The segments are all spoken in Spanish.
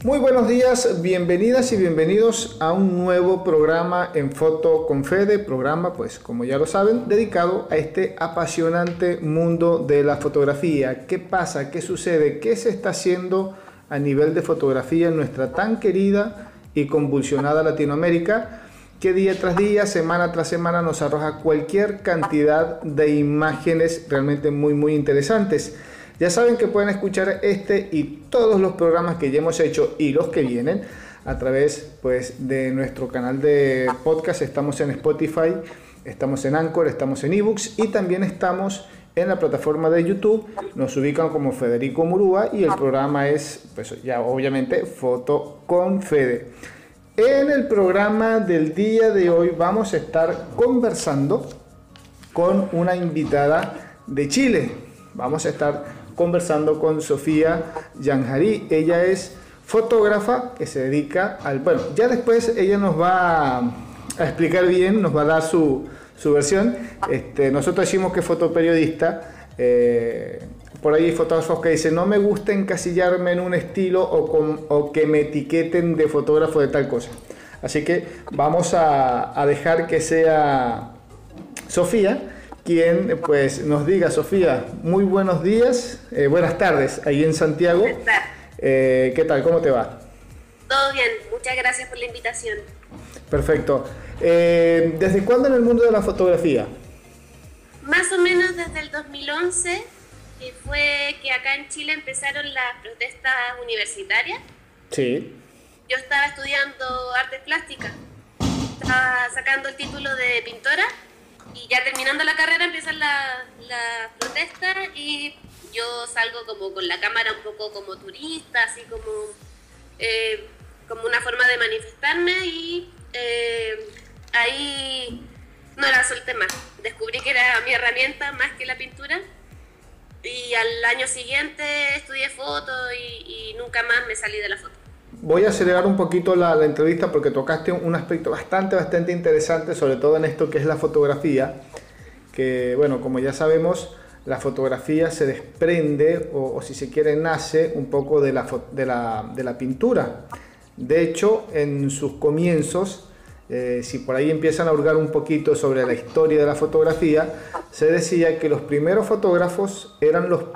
Muy buenos días, bienvenidas y bienvenidos a un nuevo programa en Foto con Fede, programa, pues como ya lo saben, dedicado a este apasionante mundo de la fotografía. ¿Qué pasa? ¿Qué sucede? ¿Qué se está haciendo a nivel de fotografía en nuestra tan querida y convulsionada Latinoamérica, que día tras día, semana tras semana nos arroja cualquier cantidad de imágenes realmente muy interesantes? Ya saben que pueden escuchar este y todos los programas que ya hemos hecho y los que vienen a través pues de nuestro canal de podcast. Estamos en Spotify, estamos en Anchor, estamos en eBooks y también estamos en la plataforma de YouTube. Nos ubican como Federico Murúa y el programa es pues ya obviamente Foto con Fede. En el programa del día de hoy vamos a estar conversando con una invitada de Chile. Vamos a estar conversando con Sofía Yanjarí. Ella es fotógrafa que se dedica al... Bueno, ya después ella nos va a explicar bien, nos va a dar su versión. Nosotros decimos que es fotoperiodista. Por ahí hay fotógrafos que dicen, no me gusta encasillarme en un estilo o que me etiqueten de fotógrafo de tal cosa. Así que vamos a dejar que sea Sofía quien pues nos diga. Sofía, muy buenos días, buenas tardes, ahí en Santiago. ¿Qué tal? ¿Cómo te va? Todo bien, muchas gracias por la invitación. Perfecto. ¿Desde cuándo en el mundo de la fotografía? Más o menos desde el 2011, que fue que acá en Chile empezaron las protestas universitarias. Sí. Yo estaba estudiando artes plásticas, estaba sacando el título de pintora. Y ya terminando la carrera empiezan las protestas y yo salgo como con la cámara un poco como turista, así como una forma de manifestarme y ahí no la solté más. Descubrí que era mi herramienta más que la pintura y al año siguiente estudié foto y nunca más me salí de la foto. Voy a acelerar un poquito la entrevista porque tocaste un aspecto bastante interesante, sobre todo en esto que es la fotografía, que bueno, como ya sabemos, la fotografía se desprende o si se quiere nace un poco de la pintura. De hecho, en sus comienzos, si por ahí empiezan a hurgar un poquito sobre la historia de la fotografía, se decía que los primeros fotógrafos eran los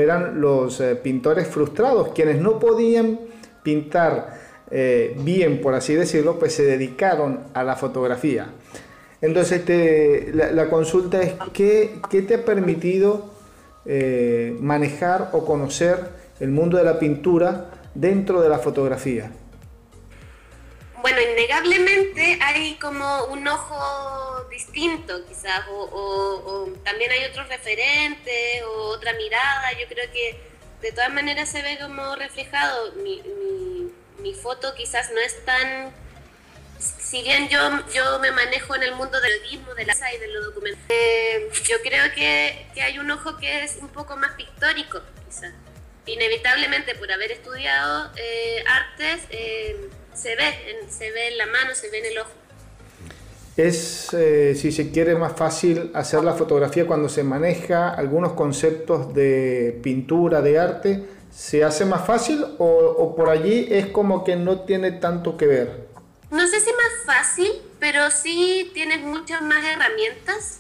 pintores frustrados, quienes no podían pintar bien, por así decirlo, pues se dedicaron a la fotografía. Entonces la consulta es ¿qué te ha permitido manejar o conocer el mundo de la pintura dentro de la fotografía? Bueno, innegablemente hay como un ojo distinto quizás o también hay otros referentes o otra mirada. Yo creo que de todas maneras se ve como reflejado. Mi foto quizás no es tan... Si bien yo me manejo en el mundo del periodismo, de la y de lo documental, yo creo que hay un ojo que es un poco más pictórico, quizás. Inevitablemente, por haber estudiado artes, se ve en la mano, se ve en el ojo. Es, si se quiere, más fácil hacer la fotografía cuando se maneja algunos conceptos de pintura, de arte. ¿Se hace más fácil o por allí es como que no tiene tanto que ver? No sé si más fácil, pero sí tienes muchas más herramientas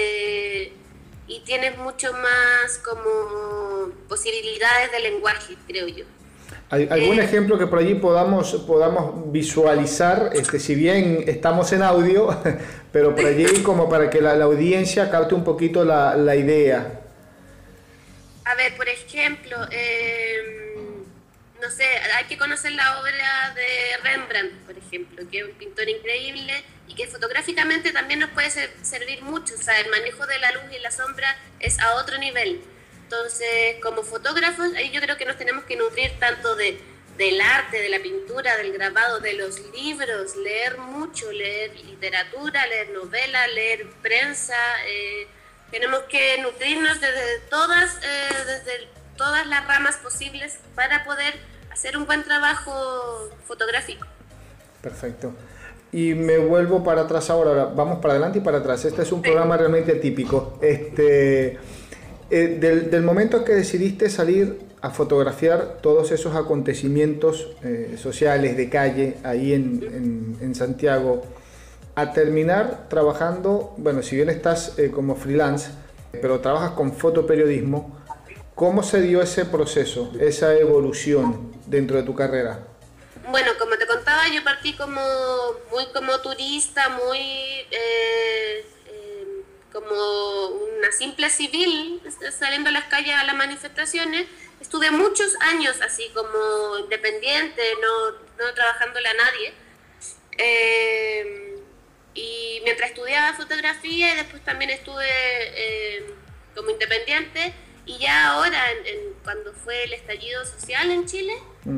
y tienes mucho más como posibilidades de lenguaje, creo yo. ¿Algún ejemplo que por allí podamos visualizar, si bien estamos en audio, pero por allí como para que la audiencia capte un poquito la idea? A ver, por ejemplo, no sé, hay que conocer la obra de Rembrandt, por ejemplo, que es un pintor increíble y que fotográficamente también nos puede servir mucho. O sea, el manejo de la luz y la sombra es a otro nivel. Entonces, como fotógrafos, ahí yo creo que nos tenemos que nutrir tanto del arte, de la pintura, del grabado, de los libros, leer mucho, leer literatura, leer novela, leer prensa. Tenemos que nutrirnos desde todas las ramas posibles para poder hacer un buen trabajo fotográfico. Perfecto. Y me vuelvo para atrás ahora, vamos para adelante y para atrás. Este es un programa realmente atípico. Del momento que decidiste salir a fotografiar todos esos acontecimientos sociales de calle ahí en Santiago, a terminar trabajando, bueno, si bien estás como freelance, pero trabajas con fotoperiodismo, ¿cómo se dio ese proceso, esa evolución dentro de tu carrera? Bueno, como te contaba, yo partí muy como turista, como una simple civil, saliendo a las calles a las manifestaciones. Estuve muchos años así como independiente, no trabajándole a nadie. Y mientras estudiaba fotografía y después también estuve como independiente, y ya ahora, cuando fue el estallido social en Chile,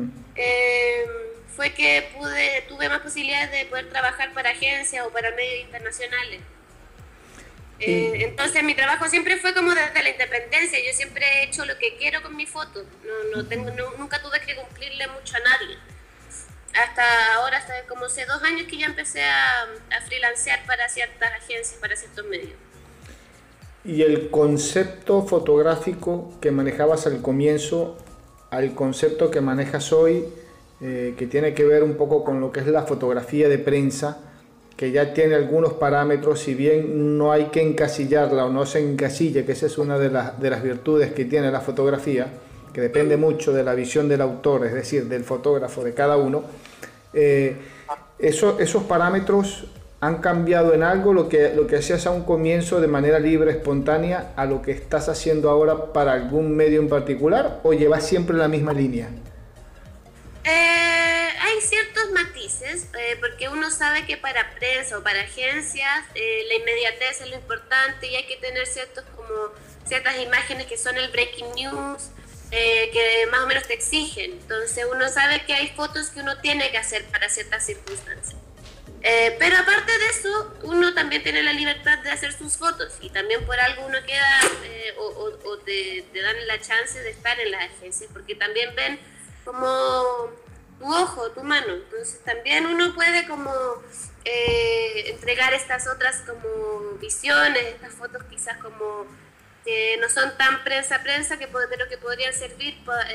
fue que tuve más posibilidades de poder trabajar para agencias o para medios internacionales. Entonces mi trabajo siempre fue como desde la independencia. Yo siempre he hecho lo que quiero con mi foto. Nunca tuve que cumplirle mucho a nadie. Hasta ahora, hasta como hace 2 años que ya empecé a freelancear para ciertas agencias, para ciertos medios. ¿Y el concepto fotográfico que manejabas al comienzo, al concepto que manejas hoy, que tiene que ver un poco con lo que es la fotografía de prensa, que ya tiene algunos parámetros, si bien no hay que encasillarla o no se encasilla, que esa es una de las virtudes que tiene la fotografía, que depende mucho de la visión del autor, es decir, del fotógrafo, de cada uno, esos parámetros han cambiado en algo lo que hacías a un comienzo de manera libre, espontánea, a lo que estás haciendo ahora para algún medio en particular, o llevas siempre la misma línea? Hay ciertos matices, porque uno sabe que para prensa o para agencias la inmediatez es lo importante, y hay que tener ciertas imágenes que son el breaking news, que más o menos te exigen. Entonces uno sabe que hay fotos que uno tiene que hacer para ciertas circunstancias. Pero aparte de eso, uno también tiene la libertad de hacer sus fotos, y también por algo uno queda o te dan la chance de estar en las agencias, porque también ven como tu ojo, tu mano. Entonces también uno puede como entregar estas otras como visiones, estas fotos quizás como que no son tan prensa, pero que podrían servir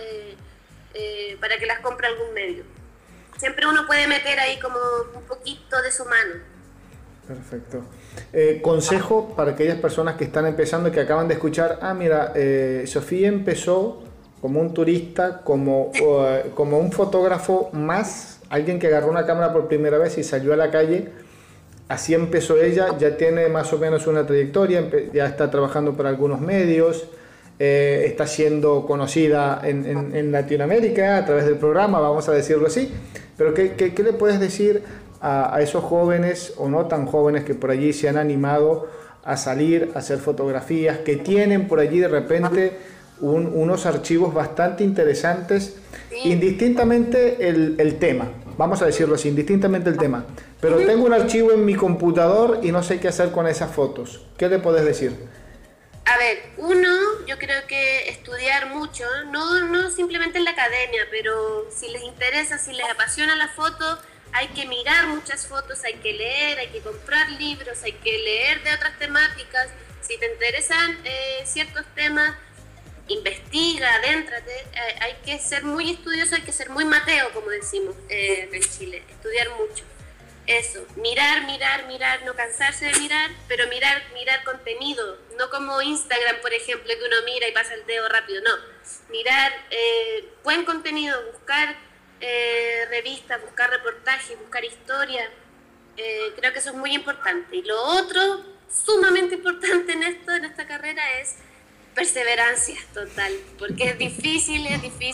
para que las compre algún medio. Siempre uno puede meter ahí como un poquito de su mano. Perfecto. Consejo para aquellas personas que están empezando y que acaban de escuchar, mira, Sofía empezó como un turista, como un fotógrafo más, alguien que agarró una cámara por primera vez y salió a la calle. Así empezó ella, ya tiene más o menos una trayectoria, ya está trabajando para algunos medios, está siendo conocida en Latinoamérica a través del programa, vamos a decirlo así. Pero ¿qué le puedes decir a esos jóvenes o no tan jóvenes que por allí se han animado a salir, a hacer fotografías, que tienen por allí de repente unos archivos bastante interesantes, indistintamente el tema, vamos a decirlo así, indistintamente el tema, pero tengo un archivo en mi computador y no sé qué hacer con esas fotos? ¿Qué le puedes decir? A ver, yo creo que estudiar mucho, no simplemente en la academia, pero si les interesa, si les apasiona la foto, hay que mirar muchas fotos, hay que leer, hay que comprar libros, hay que leer de otras temáticas. Si te interesan ciertos temas, investiga, adéntrate. Hay que ser muy estudioso, hay que ser muy Mateo, como decimos en Chile, estudiar mucho. Eso, mirar, no cansarse de mirar, pero mirar contenido, no como Instagram, por ejemplo, que uno mira y pasa el dedo rápido, no. Mirar buen contenido, buscar revistas, buscar reportajes, buscar historia. Creo que eso es muy importante. Y lo otro, sumamente importante en esta carrera, es perseverancia total, porque es difícil.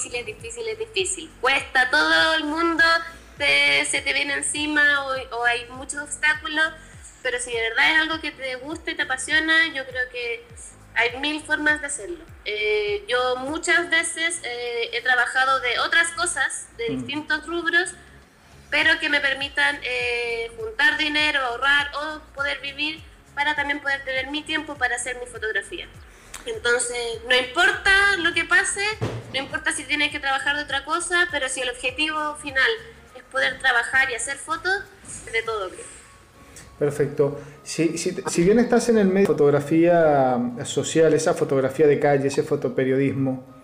Cuesta, todo el mundo se te viene encima o hay muchos obstáculos, pero si de verdad es algo que te gusta y te apasiona, yo creo que hay 1000 formas de hacerlo. Yo muchas veces he trabajado de otras cosas, de distintos rubros, pero que me permitan juntar dinero, ahorrar o poder vivir para también poder tener mi tiempo para hacer mi fotografía. Entonces, no importa lo que pase, no importa si tienes que trabajar de otra cosa, pero si el objetivo final es poder trabajar y hacer fotos, de todo bien. Perfecto. Si bien estás en el medio de fotografía social, esa fotografía de calle, ese fotoperiodismo,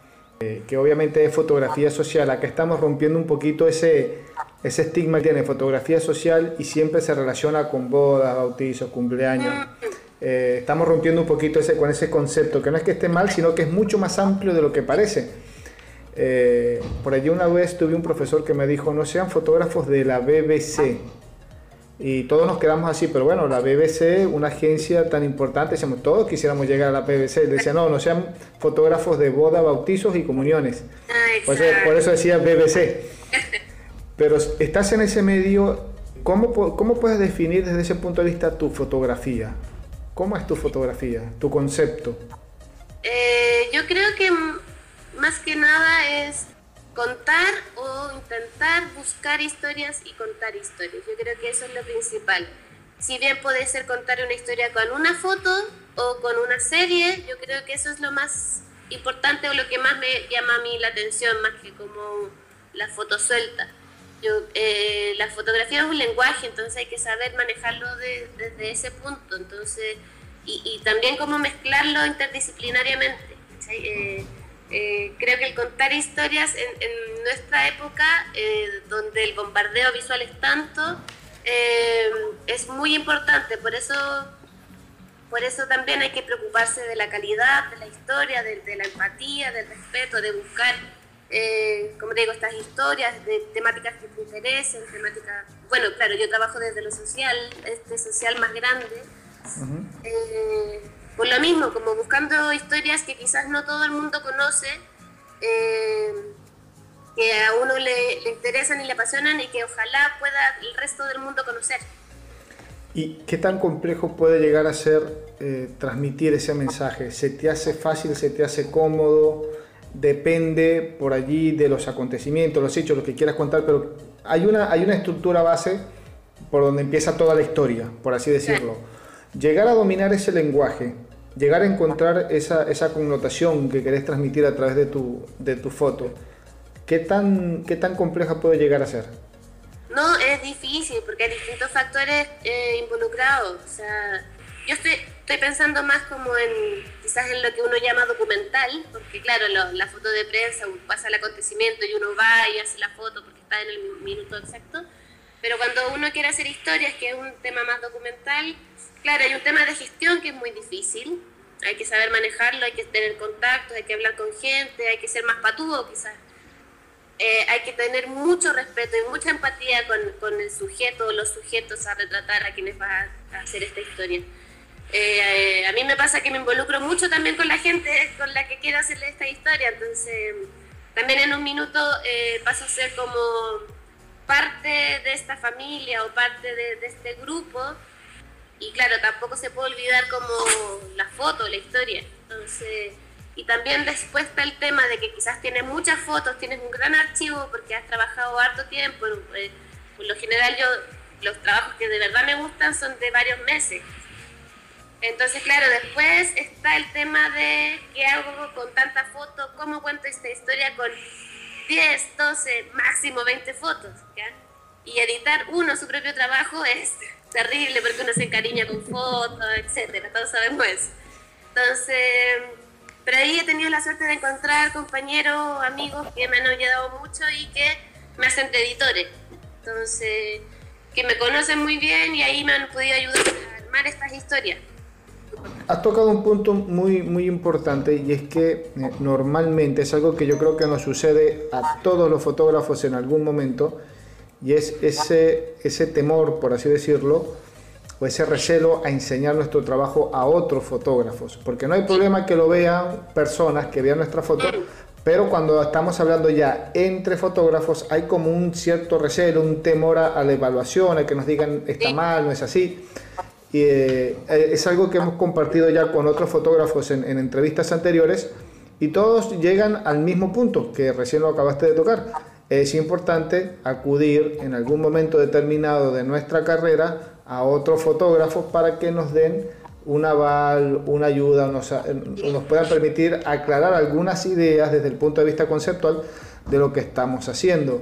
que obviamente es fotografía social. Acá estamos rompiendo un poquito ese estigma que tiene fotografía social y siempre se relaciona con bodas, bautizos, cumpleaños. Estamos rompiendo un poquito con ese concepto, que no es que esté mal, sino que es mucho más amplio de lo que parece. Por allí una vez tuve un profesor que me dijo, no sean fotógrafos de la BBC. Y todos nos quedamos así, pero bueno, la BBC, una agencia tan importante, decíamos, todos quisiéramos llegar a la BBC. Le decía, no sean fotógrafos de boda, bautizos y comuniones. Por eso decía BBC. Pero estás en ese medio, ¿cómo puedes definir desde ese punto de vista tu fotografía? ¿Cómo es tu fotografía, tu concepto? Yo creo que más que nada es contar o intentar buscar historias y contar historias. Yo creo que eso es lo principal. Si bien puede ser contar una historia con una foto o con una serie, yo creo que eso es lo más importante o lo que más me llama a mí la atención, más que como la foto suelta. La fotografía es un lenguaje, entonces hay que saber manejarlo desde ese punto, entonces, y también cómo mezclarlo interdisciplinariamente. Creo que el contar historias en nuestra época, donde el bombardeo visual es tanto, es muy importante. Por eso también hay que preocuparse de la calidad de la historia, de la empatía, del respeto, de buscar, como te digo, estas historias de temáticas que te interesen, bueno, claro, yo trabajo desde lo social, social más grande. Por lo mismo, como buscando historias que quizás no todo el mundo conoce, que a uno le interesan y le apasionan y que ojalá pueda el resto del mundo conocer. ¿Y qué tan complejo puede llegar a ser transmitir ese mensaje? ¿Se te hace fácil, se te hace cómodo? Depende por allí de los acontecimientos, los hechos, lo que quieras contar, pero hay una estructura base por donde empieza toda la historia, por así decirlo. Llegar a dominar ese lenguaje, llegar a encontrar esa connotación que querés transmitir a través de tu foto, ¿qué tan compleja puede llegar a ser? No, es difícil porque hay distintos factores involucrados. O sea, yo estoy pensando más como quizás en lo que uno llama documental, porque claro, la foto de prensa pasa el acontecimiento y uno va y hace la foto porque está en el minuto exacto. Pero cuando uno quiere hacer historias, que es un tema más documental, claro, hay un tema de gestión que es muy difícil. Hay que saber manejarlo, hay que tener contactos, hay que hablar con gente, hay que ser más patudo quizás. Hay que tener mucho respeto y mucha empatía con el sujeto o los sujetos a retratar a quienes vas a hacer esta historia. A mí me pasa que me involucro mucho también con la gente con la que quiero hacerle esta historia, entonces también en un minuto paso a ser como parte de esta familia o parte de este grupo, y claro, tampoco se puede olvidar como la foto, la historia. Entonces, y también después está el tema de que quizás tienes muchas fotos, tienes un gran archivo porque has trabajado harto tiempo. Por lo general los trabajos que de verdad me gustan son de varios meses. Entonces, claro, después está el tema de qué hago con tanta foto, cómo cuento esta historia con 10, 12, máximo 20 fotos, ¿ya? Y editar su propio trabajo es terrible porque uno se encariña con fotos, etcétera, todos sabemos eso. Entonces, pero ahí he tenido la suerte de encontrar compañeros, amigos que me han ayudado mucho y que me hacen de editores. Entonces, que me conocen muy bien y ahí me han podido ayudar a armar estas historias. Has tocado un punto muy, muy importante, y es que normalmente es algo que yo creo que nos sucede a todos los fotógrafos en algún momento, y es ese temor, por así decirlo, o ese recelo a enseñar nuestro trabajo a otros fotógrafos, porque no hay problema que lo vean personas, que vean nuestra foto, pero cuando estamos hablando ya entre fotógrafos hay como un cierto recelo, un temor a la evaluación, a que nos digan está mal, no es así. Y es algo que hemos compartido ya con otros fotógrafos en entrevistas anteriores, y todos llegan al mismo punto que recién lo acabaste de tocar. Es importante acudir en algún momento determinado de nuestra carrera a otros fotógrafos para que nos den un aval, una ayuda, nos puedan permitir aclarar algunas ideas desde el punto de vista conceptual de lo que estamos haciendo.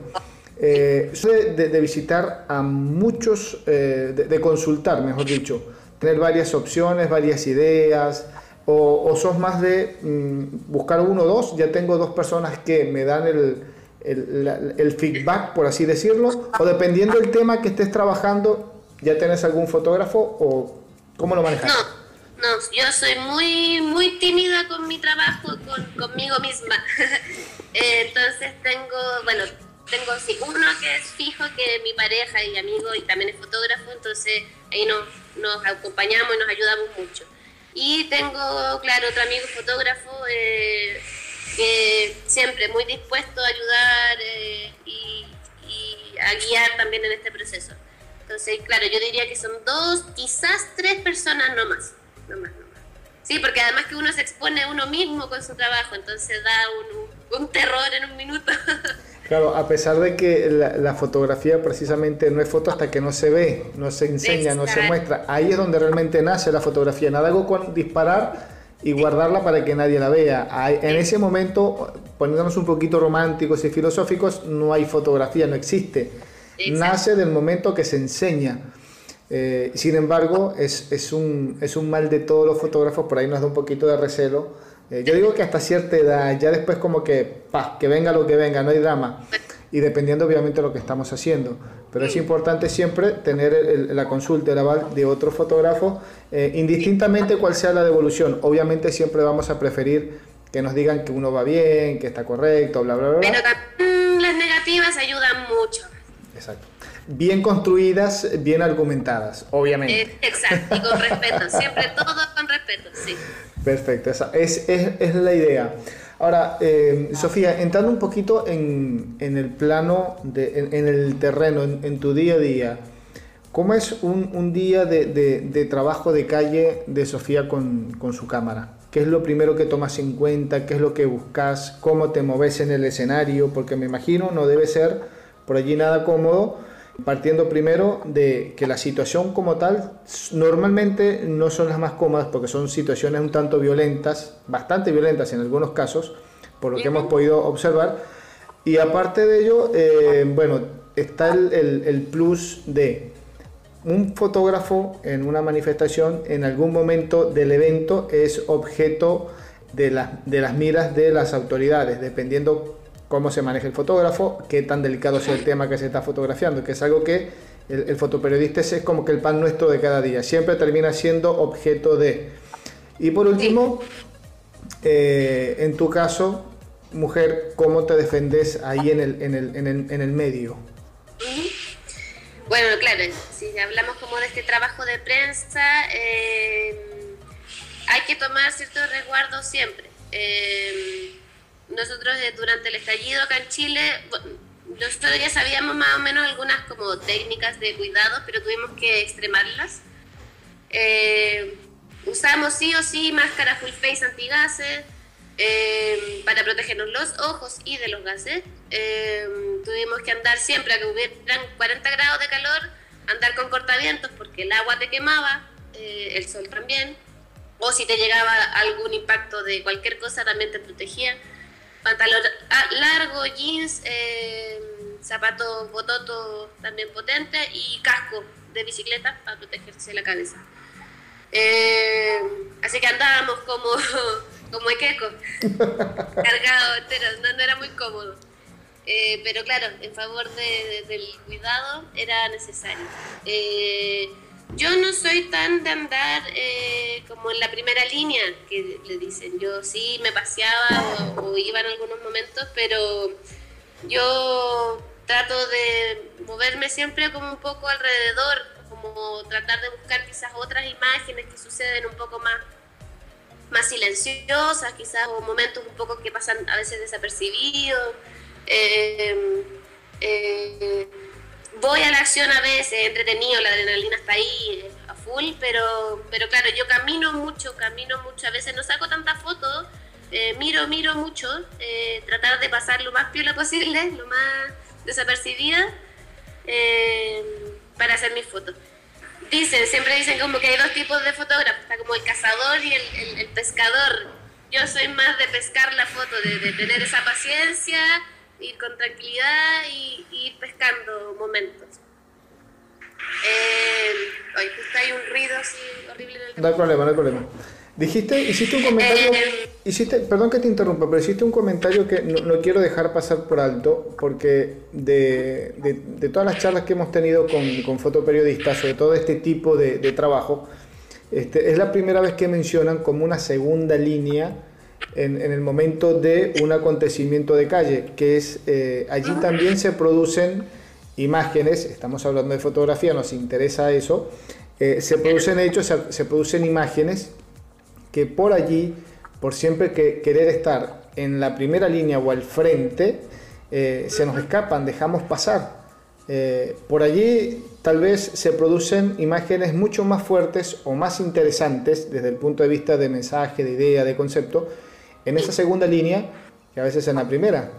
De visitar a muchos, de consultar, mejor dicho, tener varias opciones, varias ideas, o sos más de buscar uno o dos? Ya tengo dos personas que me dan el feedback, por así decirlo, o dependiendo del tema que estés trabajando, ¿ya tenés algún fotógrafo o cómo lo manejas? No, yo soy muy tímida con mi trabajo, conmigo misma. Entonces tengo sí, uno que es fijo, que es mi pareja y amigo y también es fotógrafo, entonces ahí nos acompañamos y nos ayudamos mucho. Y tengo, claro, otro amigo fotógrafo que siempre muy dispuesto a ayudar y a guiar también en este proceso. Entonces, claro, yo diría que son 2, quizás 3 personas, no más. Sí, porque además que uno se expone a uno mismo con su trabajo, entonces da un terror en un minuto. Claro, a pesar de que la fotografía precisamente no es foto hasta que no se ve, no se enseña, no se muestra. Ahí es donde realmente nace la fotografía. Nada hago con disparar y guardarla para que nadie la vea. En ese momento, poniéndonos un poquito románticos y filosóficos, no hay fotografía, no existe. Exacto. Nace del momento que se enseña. Sin embargo, es un mal de todos los fotógrafos, por ahí nos da un poquito de recelo. Yo digo que hasta cierta edad, ya después como que venga lo que venga, no hay drama. Y dependiendo obviamente de lo que estamos haciendo. Pero es importante siempre tener la consulta, el aval de otro fotógrafo, indistintamente cuál sea la devolución. Obviamente siempre vamos a preferir que nos digan que uno va bien, que está correcto, bla, bla, bla. Pero también las negativas ayudan mucho. Exacto. Bien construidas, bien argumentadas, obviamente. Exacto, y con respeto, siempre todo con respeto, sí. Perfecto, esa es la idea. Ahora, Sofía, entrando un poquito en el plano, en el terreno, en tu día a día, ¿cómo es un día de trabajo de calle de Sofía con su cámara? ¿Qué es lo primero que tomas en cuenta? ¿Qué es lo que buscas? ¿Cómo te moves en el escenario? Porque me imagino no debe ser por allí nada cómodo, partiendo primero de que la situación como tal normalmente no son las más cómodas porque son situaciones un tanto violentas, bastante violentas en algunos casos, por lo que hemos podido observar. Y aparte de ello, bueno, está el plus de un fotógrafo en una manifestación, en algún momento del evento es objeto de las miras de las autoridades, dependiendo cómo se maneja el fotógrafo, qué tan delicado sea el tema que se está fotografiando, que es algo que el fotoperiodista es como que el pan nuestro de cada día, siempre termina siendo objeto de. Y por último, en tu caso, mujer, ¿cómo te defendes ahí en el medio? Bueno, claro, si hablamos como de este trabajo de prensa, hay que tomar ciertos resguardos siempre. Nosotros durante el estallido acá en Chile, nosotros ya sabíamos más o menos algunas como técnicas de cuidado, pero tuvimos que extremarlas. Usamos sí o sí máscara full face antigases para protegernos los ojos y de los gases. Tuvimos que andar siempre a que hubieran 40 grados de calor, andar con cortavientos porque el agua te quemaba, el sol también, o si te llegaba algún impacto de cualquier cosa también te protegía. Pantalón largo, jeans, zapatos bototos también potentes y casco de bicicleta para protegerse la cabeza. Así que andábamos como equeco, cargado entero, no era muy cómodo. Pero claro, en favor del cuidado era necesario. Yo no soy tan de andar como en la primera línea, que le dicen. Yo sí me paseaba o iba en algunos momentos, pero yo trato de moverme siempre como un poco alrededor, como tratar de buscar quizás otras imágenes que suceden un poco más silenciosas, quizás, o momentos un poco que pasan a veces desapercibidos. Voy a la acción a veces, entretenido, la adrenalina está ahí a full, pero claro, yo camino mucho, a veces no saco tantas fotos, miro mucho, tratar de pasar lo más piola posible, lo más desapercibida, para hacer mis fotos. Siempre dicen como que hay dos tipos de fotógrafos, está como el cazador y el pescador. Yo soy más de pescar la foto, de tener esa paciencia, ir con tranquilidad y ir pescando momentos. Justo hay un ruido así horrible en el... No hay problema. Hiciste un comentario, perdón que te interrumpa, pero hiciste un comentario que no quiero dejar pasar por alto, porque de todas las charlas que hemos tenido con fotoperiodistas sobre todo este tipo de trabajo, es la primera vez que mencionan como una segunda línea en el momento de un acontecimiento de calle, que es allí también se producen imágenes, estamos hablando de fotografía, nos interesa eso, se producen hechos, se producen imágenes que por allí, por siempre querer estar en la primera línea o al frente, se nos escapan, dejamos pasar. Por allí tal vez se producen imágenes mucho más fuertes o más interesantes desde el punto de vista de mensaje, de idea, de concepto, en esa segunda línea que a veces en la primera.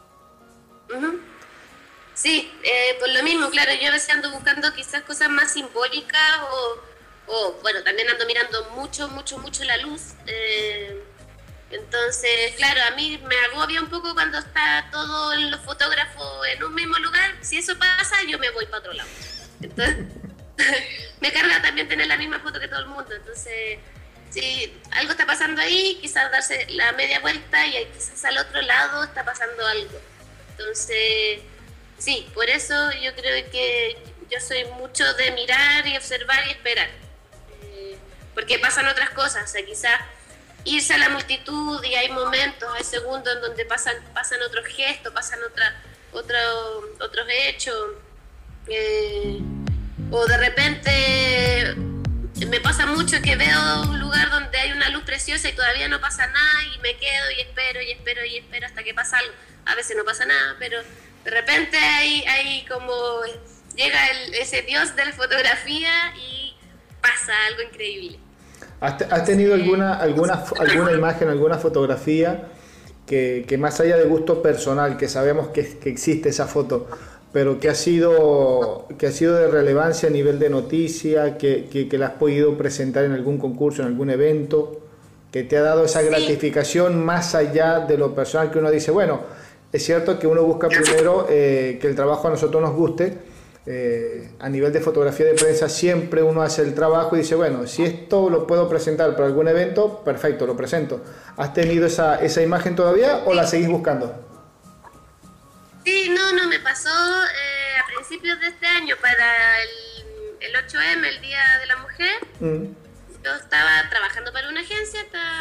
Sí, por lo mismo, claro, yo a veces ando buscando quizás cosas más simbólicas o bueno, también ando mirando mucho la luz. Entonces, claro, a mí me agobia un poco cuando está todos los fotógrafos en un mismo lugar. Si eso pasa, yo me voy para otro lado. Entonces, me carga también tener la misma foto que todo el mundo. Entonces, si algo está pasando ahí, quizás darse la media vuelta y quizás al otro lado está pasando algo. Entonces, sí, por eso yo creo que yo soy mucho de mirar y observar y esperar. Porque pasan otras cosas, o sea, quizás irse a la multitud y hay momentos, hay segundos en donde pasan otros gestos, pasan otros hechos, o de repente me pasa mucho que veo un lugar donde hay una luz preciosa y todavía no pasa nada y me quedo y espero hasta que pasa algo. A veces no pasa nada, pero de repente hay como llega ese dios de la fotografía y pasa algo increíble. ¿Has tenido alguna imagen, alguna fotografía que más allá de gusto personal, que sabemos que existe esa foto, pero que ha sido de relevancia a nivel de noticia, que la has podido presentar en algún concurso, en algún evento, que te ha dado esa gratificación más allá de lo personal, que uno dice, bueno, es cierto que uno busca primero que el trabajo a nosotros nos guste? A nivel de fotografía de prensa siempre uno hace el trabajo y dice, bueno, si esto lo puedo presentar para algún evento, perfecto, lo presento. ¿Has tenido esa imagen todavía o la seguís buscando? Sí, no, me pasó a principios de este año para el 8M, el Día de la Mujer. Yo estaba trabajando para una agencia,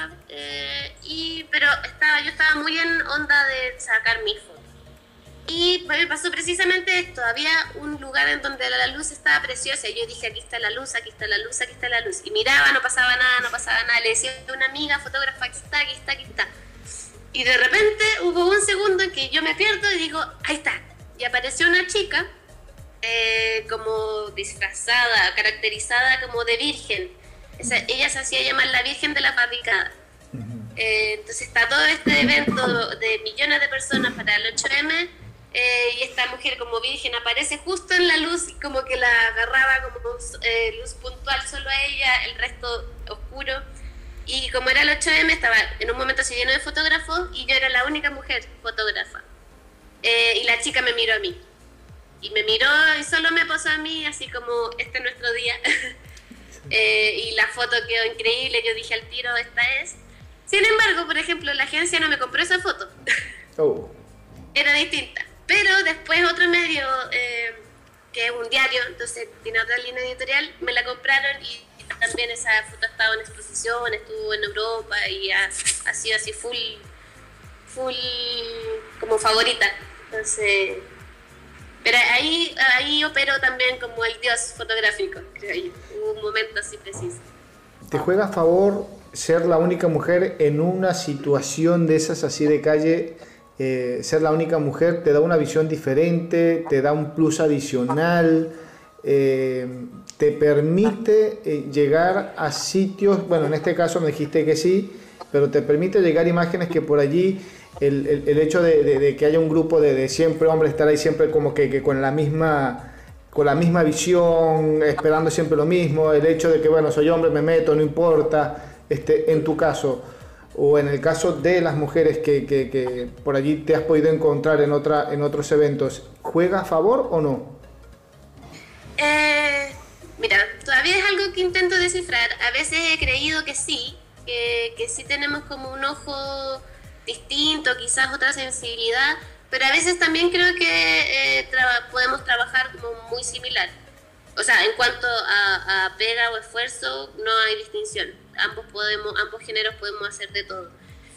pero yo estaba muy en onda de sacar mi foto. Y me pasó precisamente esto, había un lugar en donde la luz estaba preciosa y yo dije, aquí está la luz, aquí está la luz, aquí está la luz. Y miraba, no pasaba nada, le decía a una amiga fotógrafa, aquí está. Y de repente hubo un segundo en que yo me pierdo y digo, ahí está. Y apareció una chica como disfrazada, caracterizada como de virgen. Ella se hacía llamar la Virgen de la Barricada. Entonces está todo este evento de millones de personas para el 8M. Y esta mujer como virgen aparece justo en la luz, como que la agarraba como luz puntual solo a ella, el resto oscuro. Y como era el 8M, estaba en un momento así lleno de fotógrafos y yo era la única mujer fotógrafa. Y la chica me miró a mí. Y me miró y solo me posó a mí, así como, este es nuestro día. Y la foto quedó increíble, yo dije al tiro, esta es. Sin embargo, por ejemplo, la agencia no me compró esa foto. Era distinta. Pero después otro medio, que es un diario, entonces tiene otra línea editorial, me la compraron y también esa foto ha estado en exposición, estuvo en Europa y ha sido así full como favorita. Entonces, pero ahí opero también como el dios fotográfico, creo yo. Hubo un momento así preciso. ¿Te juega a favor ser la única mujer en una situación de esas así de calle? Ser la única mujer te da una visión diferente, te da un plus adicional, te permite llegar a sitios, bueno, en este caso me dijiste que sí, pero te permite llegar a imágenes que por allí el hecho de que haya un grupo de siempre hombres, estar ahí siempre como que con la misma visión, esperando siempre lo mismo, el hecho de que, bueno, soy hombre, me meto, no importa, en tu caso, o en el caso de las mujeres que por allí te has podido encontrar en otros eventos, ¿juega a favor o no? Mira, todavía es algo que intento descifrar. A veces he creído que sí, que sí tenemos como un ojo distinto, quizás otra sensibilidad, pero a veces también creo que podemos trabajar como muy similar. O sea, en cuanto a pega o esfuerzo, no hay distinción. Ambos géneros podemos hacer de todo.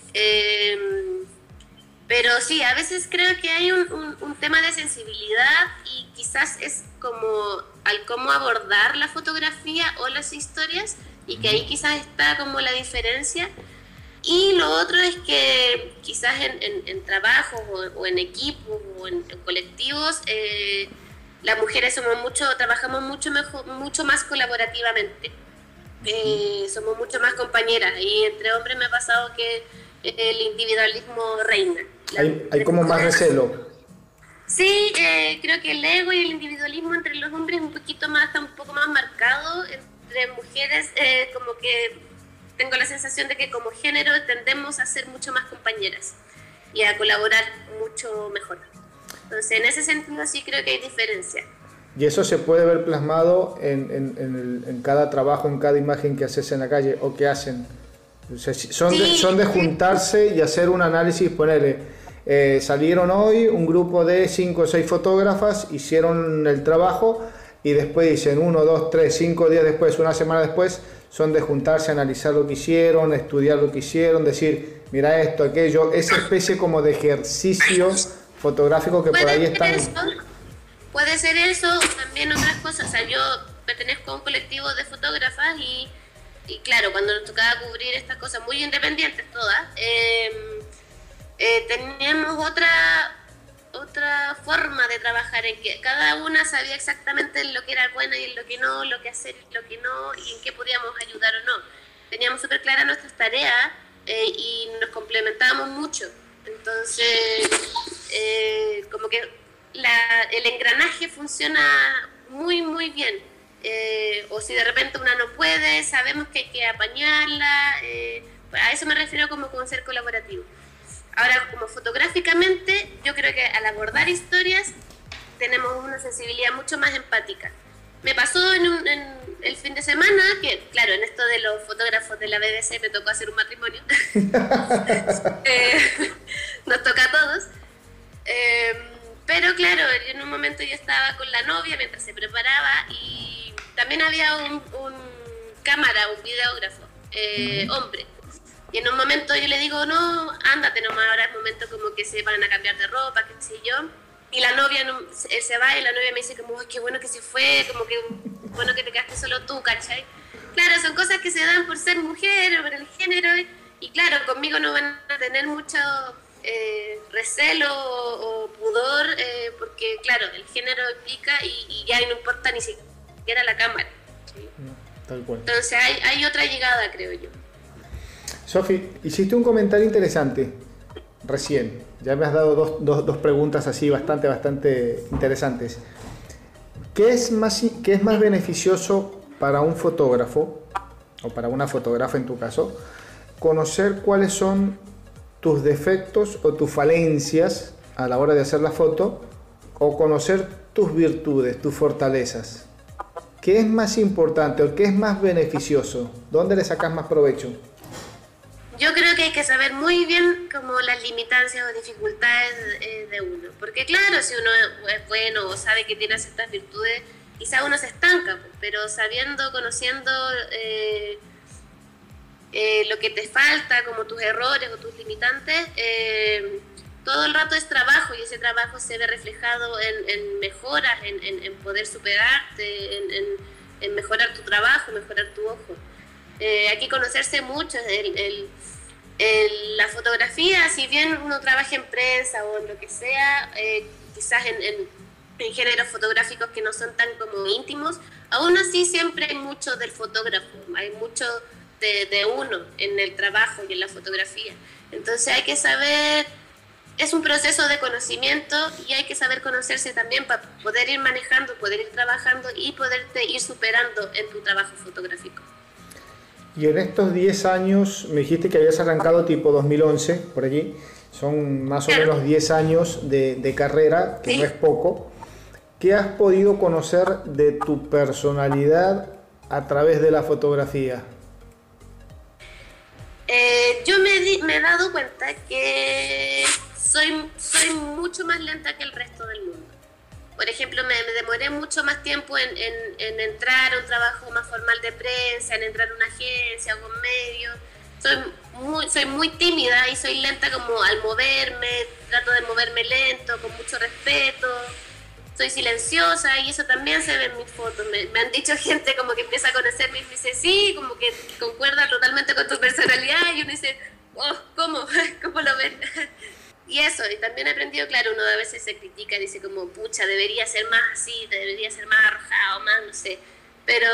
Pero sí, a veces creo que hay un tema de sensibilidad y quizás es como al cómo abordar la fotografía o las historias, y que ahí quizás está como la diferencia. Y lo otro es que quizás en trabajos o en equipos o en colectivos, las mujeres trabajamos mucho más colaborativamente. Somos mucho más compañeras, y entre hombres me ha pasado que el individualismo reina. Hay como más recelo. Sí, creo que el ego y el individualismo entre los hombres está un poco más marcado. Entre mujeres, como que tengo la sensación de que como género tendemos a ser mucho más compañeras y a colaborar mucho mejor. Entonces, en ese sentido sí creo que hay diferencia. Y eso se puede ver plasmado en cada trabajo, en cada imagen que haces en la calle o que hacen. O sea, son de juntarse y hacer un análisis, ponerle, salieron hoy un grupo de 5 o 6 fotógrafas, hicieron el trabajo y después dicen 1, 2, 3, 5 días después, una semana después, son de juntarse, analizar lo que hicieron, estudiar lo que hicieron, decir, mira esto, aquello, esa especie como de ejercicio fotográfico que por ahí están. Puede ser eso, también otras cosas. O sea, yo pertenezco a un colectivo de fotógrafas y claro, cuando nos tocaba cubrir estas cosas muy independientes todas, teníamos otra forma de trabajar, en que cada una sabía exactamente lo que era bueno y en lo que no, lo que hacer y lo que no, y en qué podíamos ayudar o no. Teníamos súper claras nuestras tareas y nos complementábamos mucho. Entonces, como que el engranaje funciona muy, muy bien. O si de repente una no puede, sabemos que hay que apañarla. A eso me refiero como con ser colaborativo. Ahora, como fotográficamente, yo creo que al abordar historias tenemos una sensibilidad mucho más empática. Me pasó en el fin de semana, que claro, en esto de los fotógrafos de la BBC me tocó hacer un matrimonio. Nos toca a todos. Pero claro, en un momento yo estaba con la novia mientras se preparaba y también había un videógrafo, hombre. Y en un momento yo le digo, no, ándate nomás, ahora es momento como que se van a cambiar de ropa, qué sé yo. Y la novia, él se va y la novia me dice como, qué bueno que se fue, como que bueno que te quedaste solo tú, ¿cachai? Claro, son cosas que se dan por ser mujer o por el género. Y claro, conmigo no van a tener mucho recelo o pudor, porque claro, el género implica y ya no importa ni siquiera la cámara. ¿Sí? Tal cual. Entonces hay otra llegada, creo yo. Sofi, hiciste un comentario interesante recién. Ya me has dado dos preguntas así bastante interesantes. ¿Qué es más beneficioso para un fotógrafo, o para una fotógrafa en tu caso, conocer cuáles son tus defectos o tus falencias a la hora de hacer la foto, o conocer tus virtudes, tus fortalezas? ¿Qué es más importante o qué es más beneficioso? ¿Dónde le sacas más provecho? Yo creo que hay que saber muy bien como las limitancias o dificultades de uno. Porque claro, si uno es bueno o sabe que tiene ciertas virtudes, quizá uno se estanca, pero conociendo lo que te falta, como tus errores o tus limitantes, todo el rato es trabajo, y ese trabajo se ve reflejado en mejoras, en poder superarte, en mejorar tu trabajo, mejorar tu ojo. Hay que conocerse mucho. La fotografía, si bien uno trabaja en prensa o en lo que sea, quizás en géneros fotográficos que no son tan como íntimos, aún así siempre hay mucho del fotógrafo, hay mucho de uno en el trabajo y en la fotografía. Entonces hay que saber, es un proceso de conocimiento, y hay que saber conocerse también para poder ir manejando, poder ir trabajando y poderte ir superando en tu trabajo fotográfico. Y en estos 10 años, me dijiste que habías arrancado tipo 2011, por allí, son más o menos 10 años de carrera, que ¿sí? No es poco. ¿Qué has podido conocer de tu personalidad a través de la fotografía? Me he dado cuenta que soy mucho más lenta que el resto del mundo. Por ejemplo, me demoré mucho más tiempo en entrar a un trabajo más formal de prensa, en entrar a una agencia o un medio. Soy muy tímida y soy lenta como al moverme, trato de moverme lento, con mucho respeto. Soy silenciosa y eso también se ve en mis fotos. Me han dicho gente como que empieza a conocerme y me dice, sí, como que concuerda totalmente con tu personalidad, y uno dice, oh, ¿cómo? ¿Cómo lo ven? Y eso, y también he aprendido, claro, uno a veces se critica, dice como, pucha, debería ser más así, debería ser más arrojado, más, no sé. Pero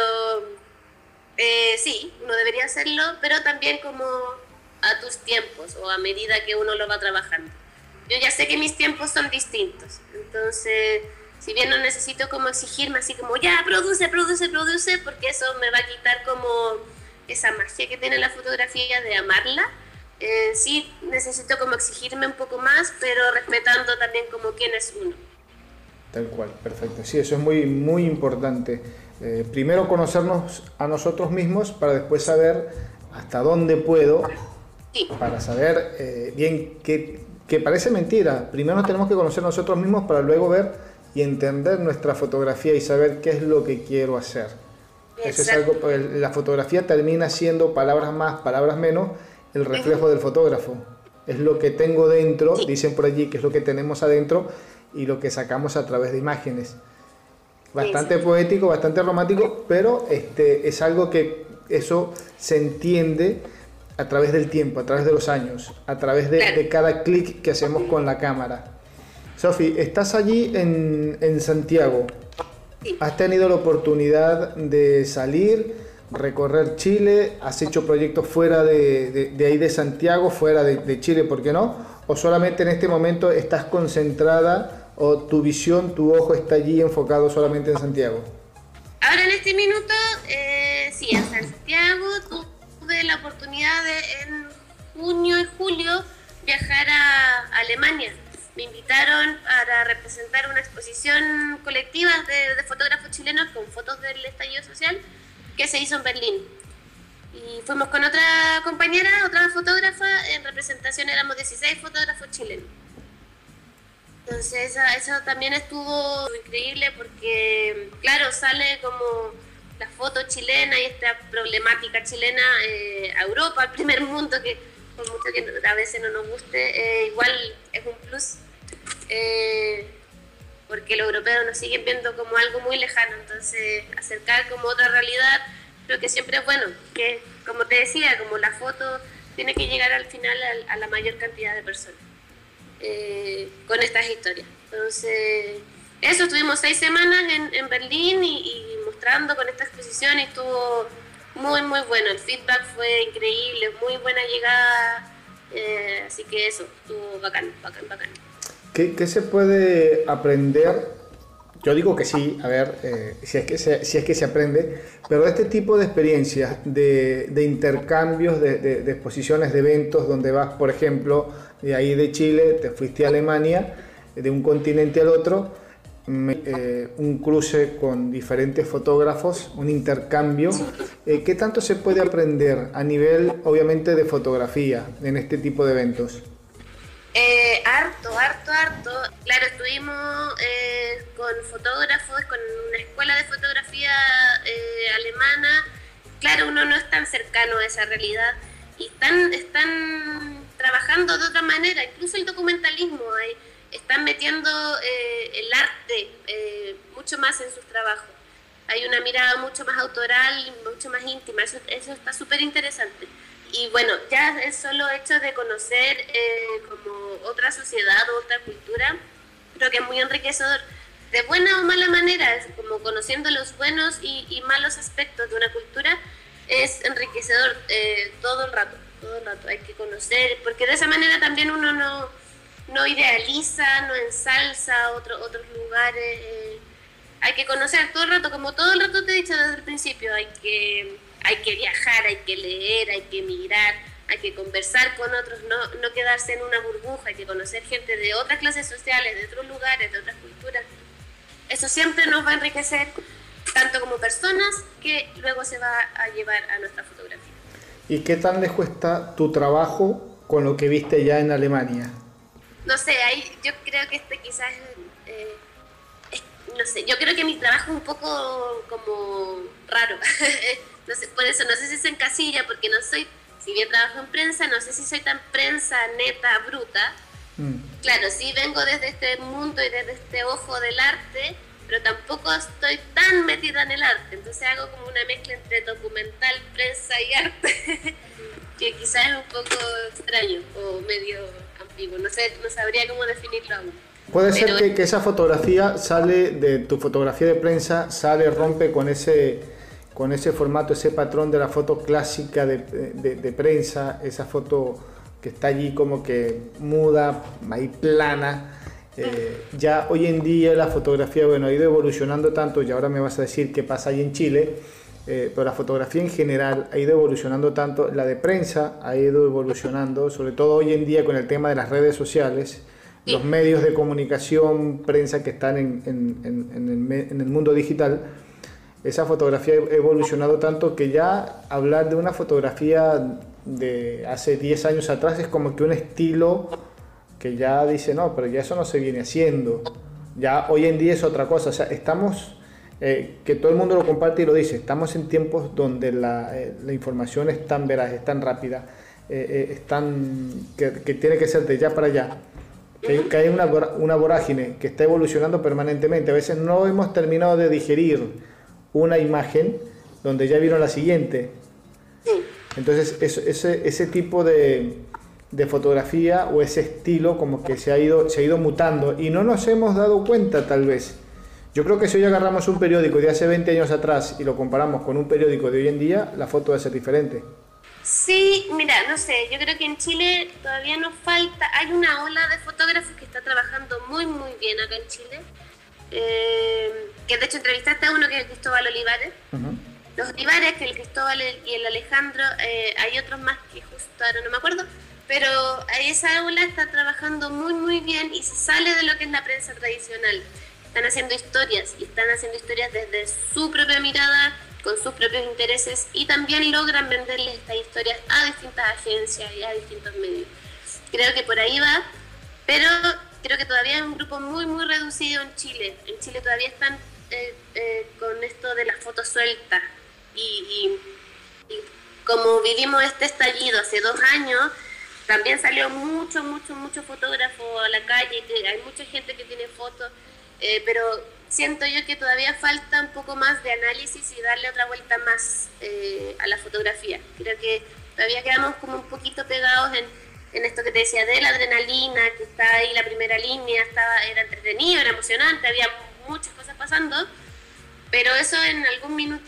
sí, uno debería hacerlo, pero también como a tus tiempos o a medida que uno lo va trabajando. Yo ya sé que mis tiempos son distintos, entonces, si bien no necesito como exigirme así como, ya, produce, porque eso me va a quitar como esa magia que tiene la fotografía de amarla. Sí necesito como exigirme un poco más, pero respetando también como quién es uno. Tal cual, perfecto. Sí, eso es muy, muy importante. Primero conocernos a nosotros mismos para después saber hasta dónde puedo, sí, para saber bien que parece mentira. Primero nos tenemos que conocer nosotros mismos para luego ver y entender nuestra fotografía y saber qué es lo que quiero hacer. Eso es algo, la fotografía termina siendo palabras más, palabras menos, el reflejo del fotógrafo. Es lo que tengo dentro, dicen por allí que es lo que tenemos adentro y lo que sacamos a través de imágenes. Bastante poético, bastante romántico, pero es algo que eso se entiende a través del tiempo, a través de los años, a través de cada clic que hacemos con la cámara. Sofi, estás allí en Santiago. ¿Has tenido la oportunidad de salir, recorrer Chile? ¿Has hecho proyectos fuera de ahí de Santiago, fuera de Chile, por qué no? ¿O solamente en este momento estás concentrada o tu visión, tu ojo está allí enfocado solamente en Santiago? Ahora en este minuto, sí, en Santiago tuve la oportunidad de en junio y julio viajar a Alemania. Me invitaron para representar una exposición colectiva de fotógrafos chilenos con fotos del estallido social que se hizo en Berlín. Y fuimos con otra compañera, otra fotógrafa, en representación éramos 16 fotógrafos chilenos. Entonces eso también estuvo increíble porque, claro, sale como la foto chilena y esta problemática chilena a Europa, al primer mundo, que por mucho que a veces no nos guste, igual es un plus, porque los europeos nos siguen viendo como algo muy lejano. Entonces acercar como otra realidad creo que siempre es bueno, que como te decía, como la foto tiene que llegar al final a la mayor cantidad de personas con estas historias. Entonces eso, estuvimos 6 semanas en Berlín y mostrando con esta exposición y estuvo muy muy bueno, el feedback fue increíble, muy buena llegada, así que eso, estuvo bacán. ¿Qué se puede aprender? Yo digo que sí, a ver, si es que se aprende, pero este tipo de experiencias, de intercambios, de exposiciones, de eventos, donde vas, por ejemplo, de ahí de Chile, te fuiste a Alemania, de un continente al otro, un cruce con diferentes fotógrafos, un intercambio, ¿qué tanto se puede aprender a nivel, obviamente, de fotografía en este tipo de eventos? Harto. Claro, estuvimos con fotógrafos, con una escuela de fotografía alemana. Claro, uno no es tan cercano a esa realidad y están trabajando de otra manera, incluso el documentalismo. Están metiendo el arte mucho más en sus trabajos. Hay una mirada mucho más autoral, mucho más íntima, eso está súper interesante. Y bueno, ya el solo hecho de conocer como otra sociedad o otra cultura, creo que es muy enriquecedor, de buena o mala manera, es como conociendo los buenos y malos aspectos de una cultura, es enriquecedor todo el rato, hay que conocer, porque de esa manera también uno no idealiza, no ensalza otros lugares, hay que conocer todo el rato, como todo el rato te he dicho desde el principio, hay que viajar, hay que leer, hay que emigrar, hay que conversar con otros, no quedarse en una burbuja, hay que conocer gente de otras clases sociales, de otros lugares, de otras culturas. Eso siempre nos va a enriquecer, tanto como personas, que luego se va a llevar a nuestra fotografía. ¿Y qué tan lejos está tu trabajo con lo que viste ya en Alemania? No sé, ahí yo creo que quizás no sé, yo creo que mi trabajo es un poco como raro. No sé, por eso no sé si se encasilla, porque no soy, si bien trabajo en prensa, no sé si soy tan prensa neta, bruta. Claro, sí vengo desde este mundo y desde este ojo del arte, pero tampoco estoy tan metida en el arte, entonces hago como una mezcla entre documental, prensa y arte, que quizás es un poco extraño o medio ambiguo, no sé, no sabría cómo definirlo aún. Puede ser que esa fotografía sale de tu fotografía de prensa, rompe con ese formato, ese patrón de la foto clásica de prensa, esa foto que está allí como que muda, ahí plana. Ya hoy en día la fotografía, bueno, ha ido evolucionando tanto, y ahora me vas a decir qué pasa ahí en Chile, pero la fotografía en general ha ido evolucionando tanto, la de prensa ha ido evolucionando, sobre todo hoy en día con el tema de las redes sociales, los medios de comunicación, prensa que están en el mundo digital. Esa fotografía ha evolucionado tanto que ya hablar de una fotografía de hace 10 años atrás es como que un estilo que ya dice, no, pero ya eso no se viene haciendo. Ya hoy en día es otra cosa. O sea, estamos, que todo el mundo lo comparte y lo dice, estamos en tiempos donde la información es tan veraz, es tan rápida, que tiene que ser de ya para allá. Que hay una vorágine que está evolucionando permanentemente. A veces no hemos terminado de digerir una imagen donde ya vieron la siguiente. Entonces ese tipo de fotografía o ese estilo como que se ha ido mutando y no nos hemos dado cuenta tal vez. Yo creo que si hoy agarramos un periódico de hace 20 años atrás y lo comparamos con un periódico de hoy en día, la foto va a ser diferente. Sí, mira, no sé, yo creo que en Chile todavía nos falta, hay una ola de fotógrafos que está trabajando muy muy bien acá en Chile, que de hecho entrevistaste a uno que es Cristóbal Olivares. Los Olivares, que el Cristóbal y el Alejandro, hay otros más que justo ahora no me acuerdo, pero esa ola está trabajando muy muy bien y se sale de lo que es la prensa tradicional. Están haciendo historias y están haciendo historias desde su propia mirada, con sus propios intereses, y también logran venderles estas historias a distintas agencias y a distintos medios. Creo que por ahí va, pero creo que todavía es un grupo muy muy reducido en Chile. En Chile todavía están con esto de las fotos sueltas y como vivimos este estallido hace 2 años, también salió mucho fotógrafo a la calle, que hay mucha gente que tiene fotos, pero siento yo que todavía falta un poco más de análisis y darle otra vuelta más a la fotografía. Creo que todavía quedamos como un poquito pegados en esto que te decía de la adrenalina, que está ahí la primera línea, era entretenido, era emocionante, había muchas cosas pasando, pero eso en algún minuto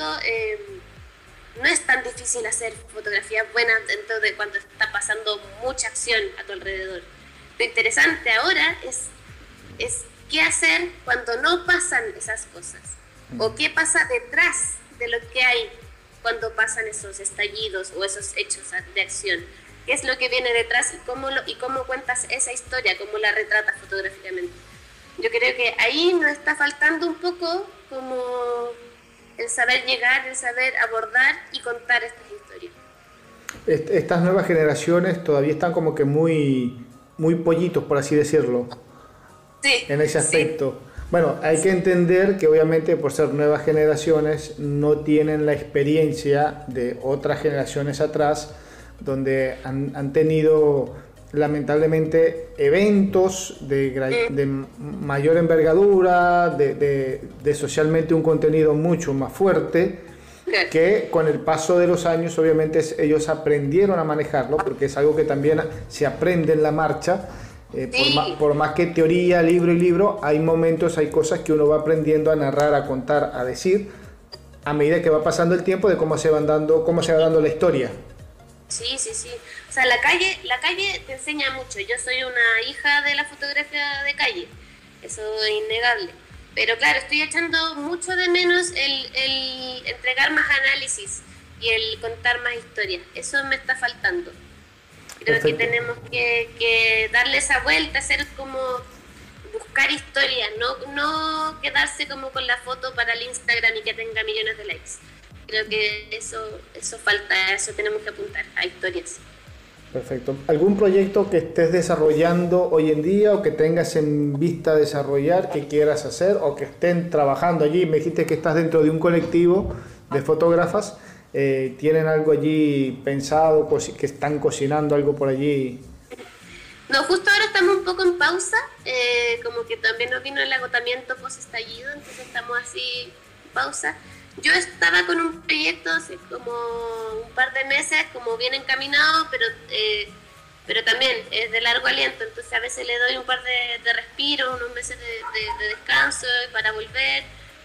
no es tan difícil hacer fotografías buenas dentro de cuando está pasando mucha acción a tu alrededor. Lo interesante ahora es qué hacer cuando no pasan esas cosas, o qué pasa detrás de lo que hay cuando pasan esos estallidos o esos hechos de acción. ¿Qué es lo que viene detrás y cómo cuentas esa historia, cómo la retratas fotográficamente? Yo creo que ahí nos está faltando un poco como el saber llegar, el saber abordar y contar estas historias. Estas nuevas generaciones todavía están como que muy pollitos, por así decirlo. Sí, en ese aspecto. Sí. Bueno, hay que entender que obviamente por ser nuevas generaciones no tienen la experiencia de otras generaciones atrás, donde han tenido lamentablemente eventos de mayor envergadura, de socialmente un contenido mucho más fuerte, que con el paso de los años obviamente ellos aprendieron a manejarlo, porque es algo que también se aprende en la marcha. Por más que teoría, libro, hay momentos, hay cosas que uno va aprendiendo a narrar, a contar, a decir, a medida que va pasando el tiempo de cómo se va dando la historia. Sí. O sea, la calle te enseña mucho. Yo soy una hija de la fotografía de calle, eso es innegable. Pero claro, estoy echando mucho de menos el entregar más análisis y el contar más historias. Eso me está faltando. Creo que tenemos que darle esa vuelta, hacer como buscar historias, no quedarse como con la foto para el Instagram y que tenga millones de likes. Creo que eso falta, eso tenemos que apuntar a historias. Perfecto. ¿Algún proyecto que estés desarrollando hoy en día o que tengas en vista desarrollar, que quieras hacer o que estén trabajando allí? Me dijiste que estás dentro de un colectivo de fotógrafas. ¿Tienen algo allí pensado, que están cocinando algo por allí? No, justo ahora estamos un poco en pausa, como que también nos vino el agotamiento post-estallido, entonces estamos así en pausa. Yo estaba con un proyecto hace como un par de meses, como bien encaminado, pero también es de largo aliento, entonces a veces le doy un par de respiros, unos meses de descanso para volver.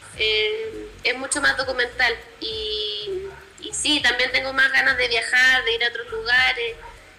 Es mucho más documental y sí, también tengo más ganas de viajar, de ir a otros lugares.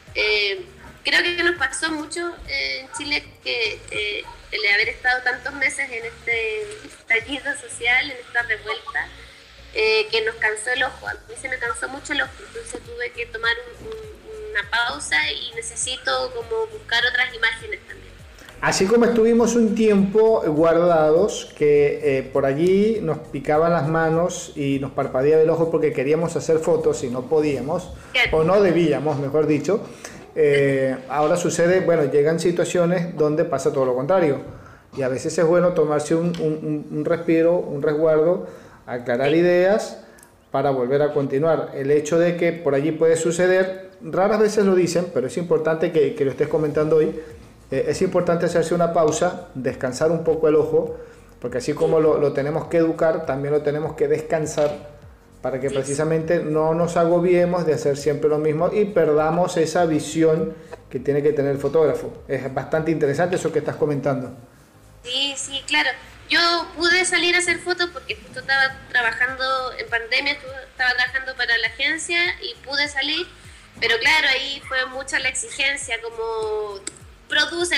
Creo que nos pasó mucho en Chile que el haber estado tantos meses en este estallido social, en esta revuelta, que nos cansó el ojo. A mí se me cansó mucho el ojo, entonces tuve que tomar una pausa y necesito como buscar otras imágenes también. Así como estuvimos un tiempo guardados, que por allí nos picaban las manos y nos parpadeaba el ojo porque queríamos hacer fotos y no podíamos, o no debíamos, mejor dicho. Ahora sucede, bueno, llegan situaciones donde pasa todo lo contrario. Y a veces es bueno tomarse un respiro, un resguardo, aclarar ideas para volver a continuar. El hecho de que por allí puede suceder, raras veces lo dicen, pero es importante que lo estés comentando hoy. Es importante hacerse una pausa, descansar un poco el ojo, porque así como lo tenemos que educar, también lo tenemos que descansar para que precisamente no nos agobiemos de hacer siempre lo mismo y perdamos esa visión que tiene que tener el fotógrafo. Es bastante interesante eso que estás comentando. Sí, sí, claro. Yo pude salir a hacer fotos porque justo estaba trabajando en pandemia, estaba trabajando para la agencia y pude salir, pero claro, ahí fue mucha la exigencia, como produce,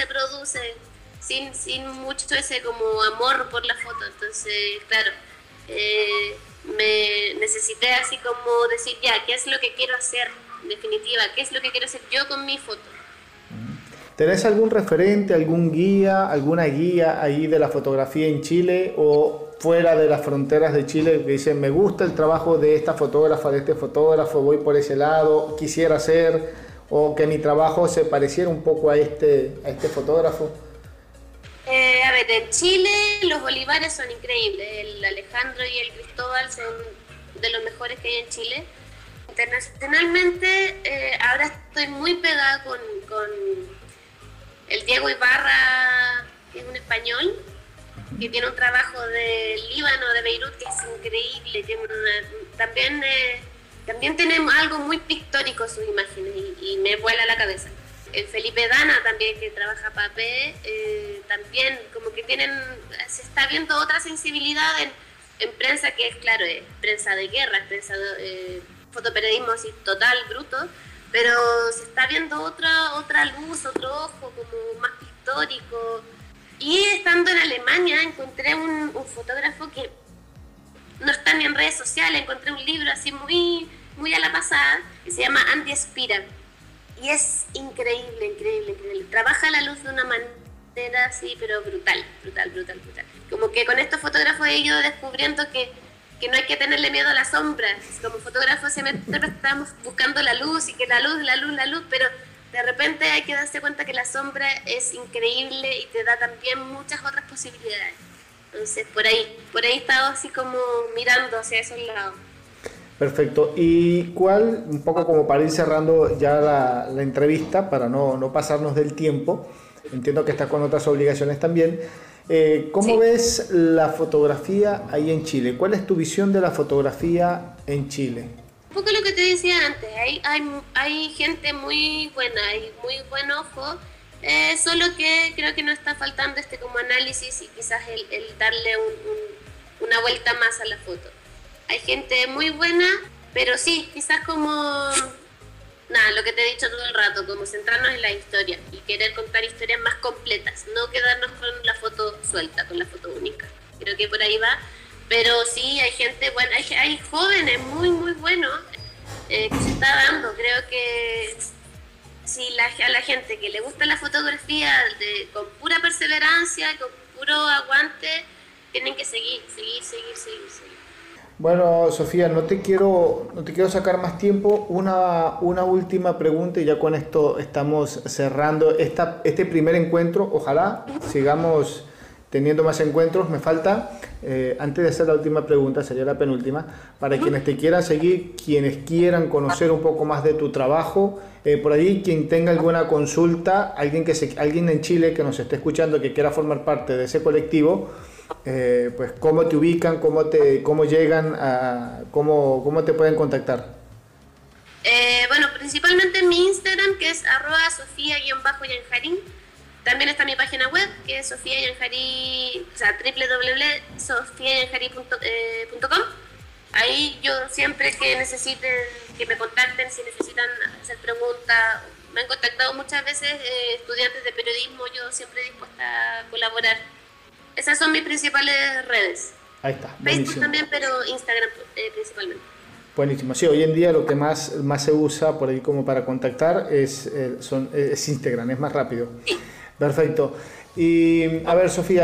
sin mucho ese como amor por la foto. Entonces, claro, me necesité así como decir, ya, ¿qué es lo que quiero hacer? En definitiva, ¿qué es lo que quiero hacer yo con mi foto? ¿Tenés algún referente, alguna guía ahí de la fotografía en Chile o fuera de las fronteras de Chile que dicen, me gusta el trabajo de esta fotógrafa, de este fotógrafo, voy por ese lado, quisiera hacer, o que mi trabajo se pareciera un poco a este fotógrafo? A ver, en Chile los Olivares son increíbles, el Alejandro y el Cristóbal son de los mejores que hay en Chile. Internacionalmente, ahora estoy muy pegada con el Diego Ibarra, que es un español, que tiene un trabajo de Líbano, de Beirut, que es increíble. También tenemos algo muy pictórico sus imágenes y me vuela la cabeza. El Felipe Dana también, que trabaja papel, también como que se está viendo otra sensibilidad en prensa, que es claro, es prensa de guerra, es prensa fotoperiodismo así total, bruto, pero se está viendo otra luz, otro ojo como más pictórico. Y estando en Alemania encontré un fotógrafo que no está ni en redes sociales, encontré un libro así muy a la pasada que se llama Andy Spira y es increíble. Trabaja la luz de una manera así, pero brutal. Como que con estos fotógrafos he ido descubriendo que no hay que tenerle miedo a la sombra. Como fotógrafos siempre estamos buscando la luz y que la luz, pero de repente hay que darse cuenta que la sombra es increíble y te da también muchas otras posibilidades. Entonces por ahí he estado así como mirando hacia esos lados. Perfecto. ¿Y cuál, un poco como para ir cerrando ya la entrevista, para no pasarnos del tiempo, entiendo que estás con otras obligaciones también, ¿cómo ves la fotografía ahí en Chile? ¿Cuál es tu visión de la fotografía en Chile? Un poco lo que te decía antes, hay gente muy buena, hay muy buen ojo, solo que creo que nos está faltando como análisis y quizás el darle una vuelta más a la foto. Hay gente muy buena, pero sí, quizás como, lo que te he dicho todo el rato, como centrarnos en la historia y querer contar historias más completas, no quedarnos con la foto suelta, con la foto única. Creo que por ahí va. Pero sí, hay gente buena, hay jóvenes muy buenos que se está dando. Creo que si a la gente que le gusta la fotografía con pura perseverancia, con puro aguante, tienen que seguir. Bueno, Sofía, no te quiero sacar más tiempo. Una última pregunta y ya con esto estamos cerrando este primer encuentro. Ojalá sigamos teniendo más encuentros. Me falta, antes de hacer la última pregunta, sería la penúltima, para quienes te quieran seguir, quienes quieran conocer un poco más de tu trabajo, por allí quien tenga alguna consulta, alguien en Chile que nos esté escuchando que quiera formar parte de ese colectivo, pues cómo te ubican, cómo llegan, cómo te pueden contactar. Bueno, principalmente en mi Instagram, que es @sofia_yanjarin. También está mi página web, que es www.sofiayanjarin.com. Ahí yo siempre que necesiten, que me contacten, si necesitan hacer preguntas, me han contactado muchas veces estudiantes de periodismo, yo siempre dispuesta a colaborar. Esas son mis principales redes. Ahí está. Facebook Buenísimo. también, pero Instagram principalmente. Buenísimo. Sí, hoy en día lo que más se usa por ahí como para contactar es Instagram, es más rápido. Sí. Perfecto. Y a ver, Sofía,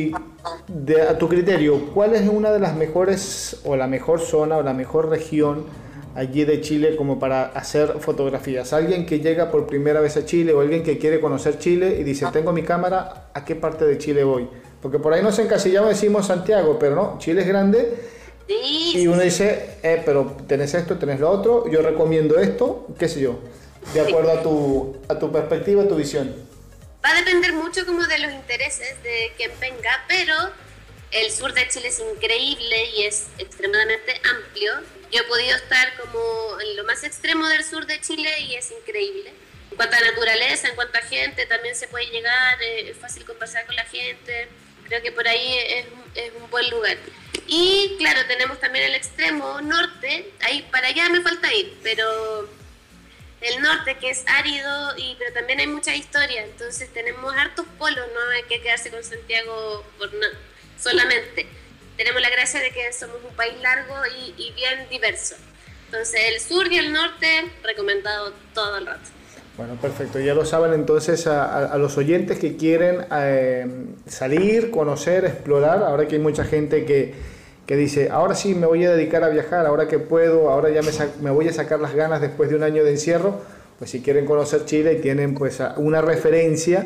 a tu criterio, ¿cuál es una de las mejores o la mejor zona o la mejor región allí de Chile como para hacer fotografías? Alguien que llega por primera vez a Chile o alguien que quiere conocer Chile y dice, tengo mi cámara, ¿a qué parte de Chile voy? Porque por ahí nos encasillamos, decimos Santiago, pero no, Chile es grande. Sí, Y uno dice, pero tenés esto, tenés lo otro, yo recomiendo esto, qué sé yo, de acuerdo a tu perspectiva, a tu visión. va a depender mucho como de los intereses de quien venga, pero el sur de Chile es increíble y es extremadamente amplio. Yo he podido estar como en lo más extremo del sur de Chile y es increíble. En cuanto a naturaleza, en cuanto a gente, también se puede llegar, es fácil conversar con la gente. Creo que por ahí es un buen lugar. Y claro, tenemos también el extremo norte, ahí para allá me falta ir, pero el norte que es árido, pero también hay mucha historia, entonces tenemos hartos polos, no hay que quedarse con Santiago solamente. Tenemos la gracia de que somos un país largo y bien diverso. Entonces el sur y el norte, recomendado todo el rato. Bueno, perfecto. Ya lo saben entonces a los oyentes que quieren salir, conocer, explorar. Ahora que hay mucha gente que dice, ahora sí me voy a dedicar a viajar, ahora que puedo, ahora ya me voy a sacar las ganas después de un año de encierro. Pues si quieren conocer Chile y tienen pues una referencia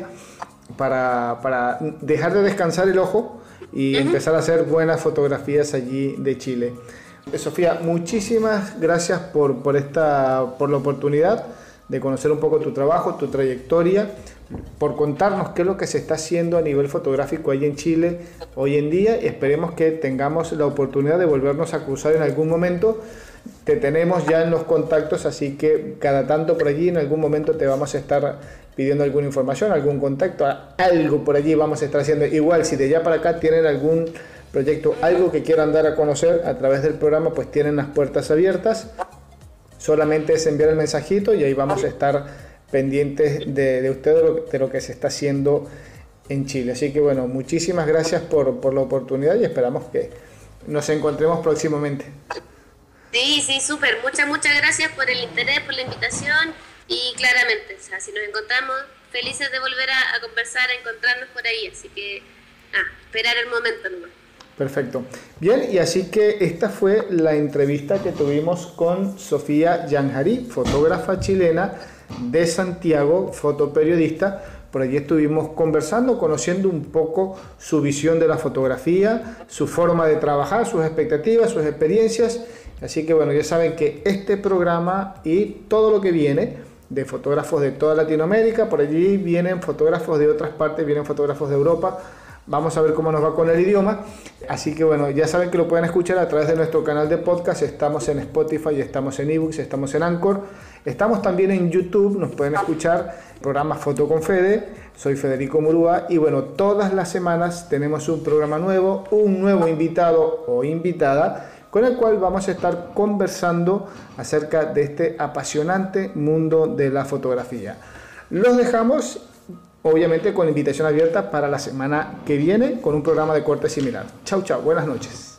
para dejar de descansar el ojo y empezar a hacer buenas fotografías allí de Chile. Sofía, muchísimas gracias por la oportunidad de conocer un poco tu trabajo, tu trayectoria, por contarnos qué es lo que se está haciendo a nivel fotográfico ahí en Chile hoy en día. Y esperemos que tengamos la oportunidad de volvernos a cruzar en algún momento. Te tenemos ya en los contactos, así que cada tanto por allí en algún momento te vamos a estar pidiendo alguna información, algún contacto, algo por allí vamos a estar haciendo. Igual si de allá para acá tienen algún proyecto, algo que quieran dar a conocer a través del programa, pues tienen las puertas abiertas. Solamente es enviar el mensajito y ahí vamos a estar pendientes de ustedes de lo que se está haciendo en Chile. Así que bueno, muchísimas gracias por la oportunidad y esperamos que nos encontremos próximamente. Sí, súper. Muchas gracias por el interés, por la invitación y claramente, o sea, si nos encontramos, felices de volver a conversar, a encontrarnos por ahí. Así que, esperar el momento nomás. Perfecto. Bien, y así que esta fue la entrevista que tuvimos con Sofía Yanjarin, fotógrafa chilena de Santiago, fotoperiodista. Por allí estuvimos conversando, conociendo un poco su visión de la fotografía, su forma de trabajar, sus expectativas, sus experiencias. Así que bueno, ya saben que este programa y todo lo que viene de fotógrafos de toda Latinoamérica, por allí vienen fotógrafos de otras partes, vienen fotógrafos de Europa. Vamos a ver cómo nos va con el idioma. Así que bueno, ya saben que lo pueden escuchar a través de nuestro canal de podcast. Estamos en Spotify, estamos en eBooks, estamos en Anchor. Estamos también en YouTube, nos pueden escuchar programa Foto con Fede. Soy Federico Murúa y bueno, todas las semanas tenemos un programa nuevo, un nuevo invitado o invitada con el cual vamos a estar conversando acerca de este apasionante mundo de la fotografía. Los dejamos obviamente con la invitación abierta para la semana que viene con un programa de corte similar. Chau, buenas noches.